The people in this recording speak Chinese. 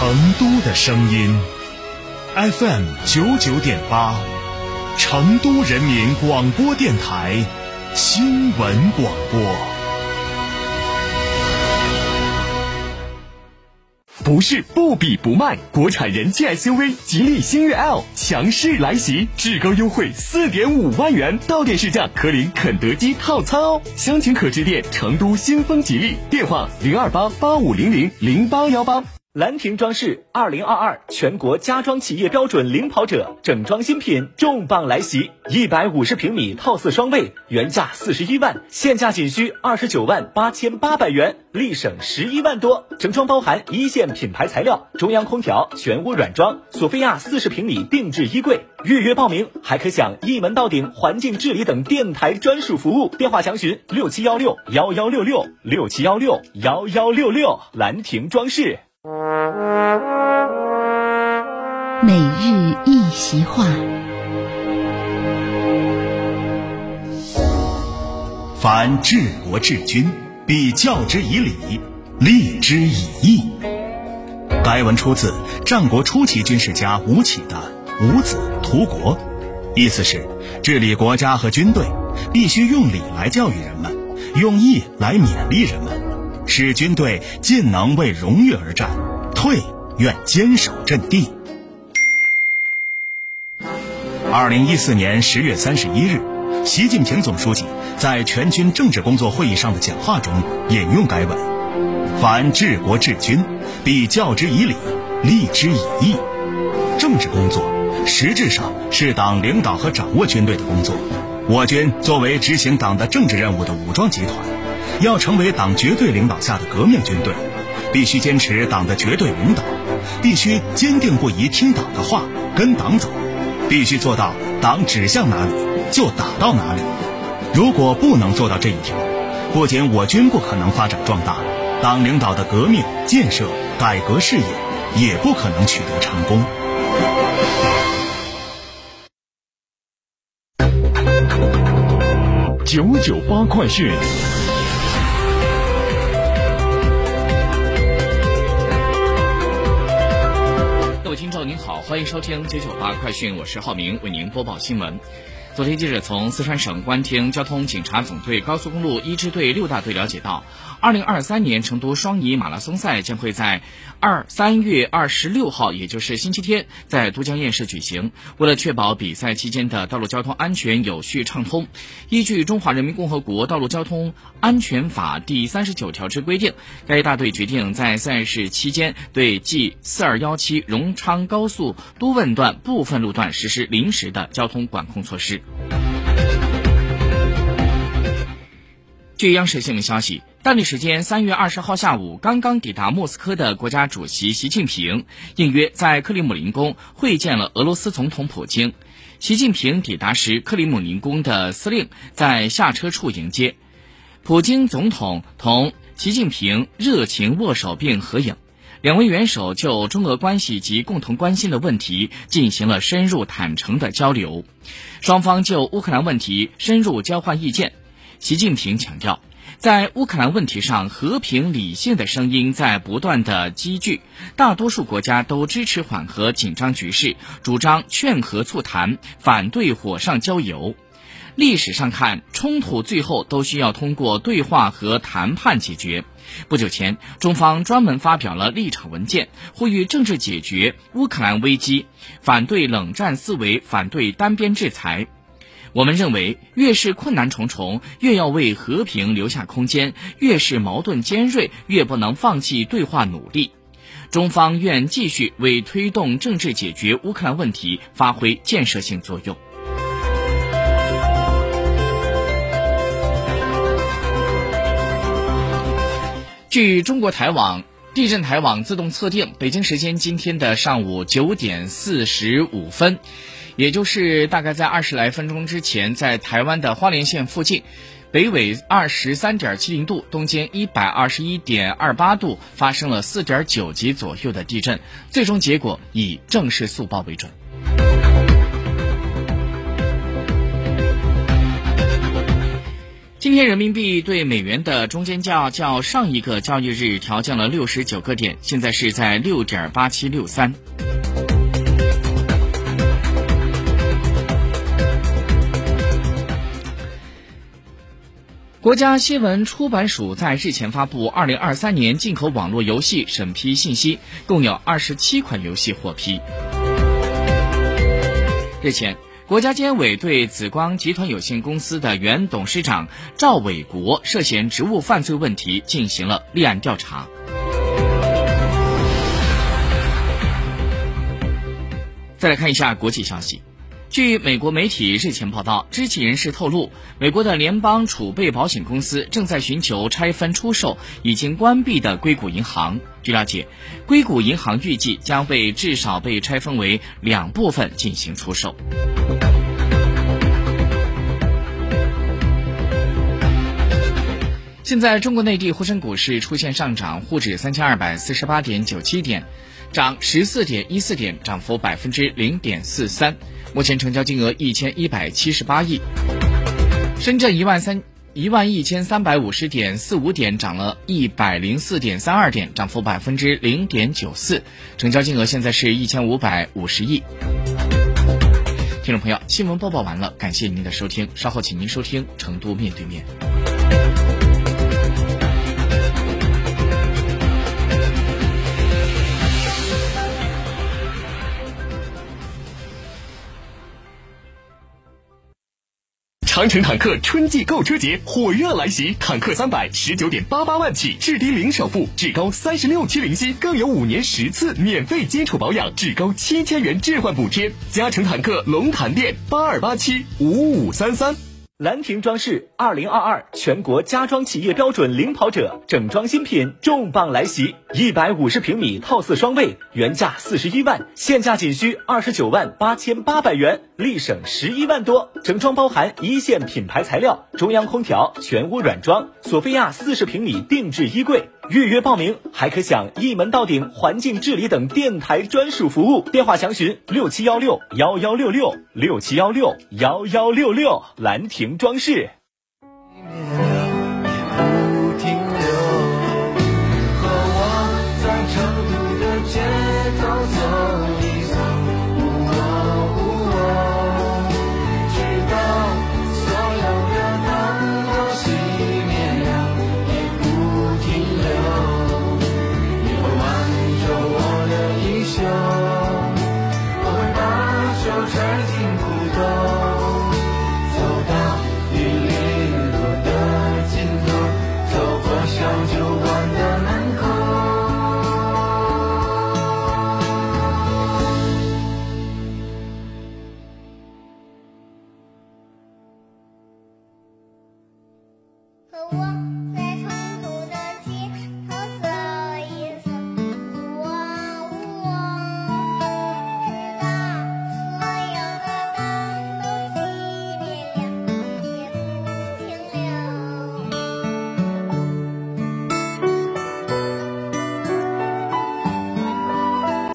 成都的声音 FM 99.8，成都人民广播电台新闻广播。 不是不比不卖，国产人气 SUV 吉利星越 L 强势来袭，至高优惠 4.5 万元，到店试驾可领肯德基套餐哦。详情可致电成都新风吉利，电话02885000818。 兰亭装饰2022全国家装企业标准领跑者，整装新品重磅来袭！150平米套4双卫，原价41万，现价仅需29万8800元，立省11万多。整装包含一线品牌材料、中央空调、全屋软装、索菲亚40平米定制衣柜。预约报名还可享一门到顶环境治理等电台专属服务。电话详询67161166，67161166，兰亭装饰。 每日一席话， 凡治国治军，必教之以礼，立之以义。该文出自战国初期军事家吴起的《伍子屠国》，意思是治理国家和军队必须用礼来教育人们，用义来勉励人们，使军队进能为荣誉而战，退愿坚守阵地。2014年10月31日，习近平总书记在全军政治工作会议上的讲话中引用该文：凡治国治军，必教之以礼，立之以义。政治工作实质上是党领导和掌握军队的工作。我军作为执行党的政治任务的武装集团，要成为党绝对领导下的革命军队，必须坚持党的绝对领导，必须坚定不移听党的话，跟党走，必须做到党指向哪里就打到哪里。如果不能做到这一条，不仅我军不可能发展壮大，党领导的革命、建设、改革事业也不可能取得成功。 998快讯。 各位听众您好，欢迎收听998快讯，我是浩明，为您播报新闻。昨天记者从四川省官厅交通警察总队高速公路1支队6大队了解到，2023年成都双遗马拉松赛将会在3月26号，也就是星期天，在都江堰市举行。为了确保比赛期间的道路交通安全有序畅通，依据《中华人民共和国道路交通安全法》第39条之规定，该大队决定在赛事期间对 G4217 荣昌高速都汶段部分路段实施临时的交通管控措施。据央视新闻消息，当地时间3月20号下午，刚刚抵达莫斯科的国家主席习近平应约在克里姆林宫会见了俄罗斯总统普京。习近平抵达时，克里姆林宫的司令在下车处迎接，普京总统同习近平热情握手并合影。两位元首就中俄关系及共同关心的问题进行了深入坦诚的交流，双方就乌克兰问题深入交换意见。习近平强调，在乌克兰问题上，和平理性的声音在不断的积聚，大多数国家都支持缓和紧张局势，主张劝和促谈，反对火上浇油。历史上看，冲突最后都需要通过对话和谈判解决。不久前，中方专门发表了立场文件，呼吁政治解决乌克兰危机，反对冷战思维，反对单边制裁。我们认为，越是困难重重，越要为和平留下空间；越是矛盾尖锐，越不能放弃对话努力。中方愿继续为推动政治解决乌克兰问题发挥建设性作用。据中国台网、地震台网自动测定，北京时间今天的上午9点45分，也就是大概在20来分钟之前，在台湾的花莲县附近，北纬23.70度，东经121.28度，发生了4.9级左右的地震，最终结果以正式速报为准。 今天人民币对美元的中间价较上一个交易日调降了69个点，现在是在 6.8763。国家新闻出版署在日前发布2023年进口网络游戏审批信息，共有27款游戏获批。日前，国家监委对紫光集团有限公司的原董事长赵伟国涉嫌职务犯罪问题进行了立案调查。再来看一下国际消息。据美国媒体日前报道，知情人士透露，美国的联邦储备保险公司正在寻求拆分出售已经关闭的硅谷银行。据了解，硅谷银行预计将至少被拆分为2部分进行出售。现在中国内地沪深股市出现上涨，沪指3248.97点，涨14.14点，涨幅0.43%。目前成交金额1178亿。深圳11350.45点，涨了104.32点，涨幅0.94%，成交金额现在是1550亿。听众朋友，新闻播报完了，感谢您的收听，稍后请您收听成都面对面。 长城坦克春季购车节火热来袭，坦克300 19.88万起，至低零首付，至高36期零息，更有5年10次免费基础保养，至高7000元置换补贴。嘉诚坦克龙潭店82875533。 兰亭装饰2022全国家装企业标准领跑者，整装新品重磅来袭！150平米套4双卫，原价41万，现价仅需29万8800元，立省11万多。整装包含一线品牌材料、中央空调、全屋软装、索菲亚40平米定制衣柜。预约报名还可享一门到顶环境治理等电台专属服务。电话详询67161166 67161166。兰亭装饰。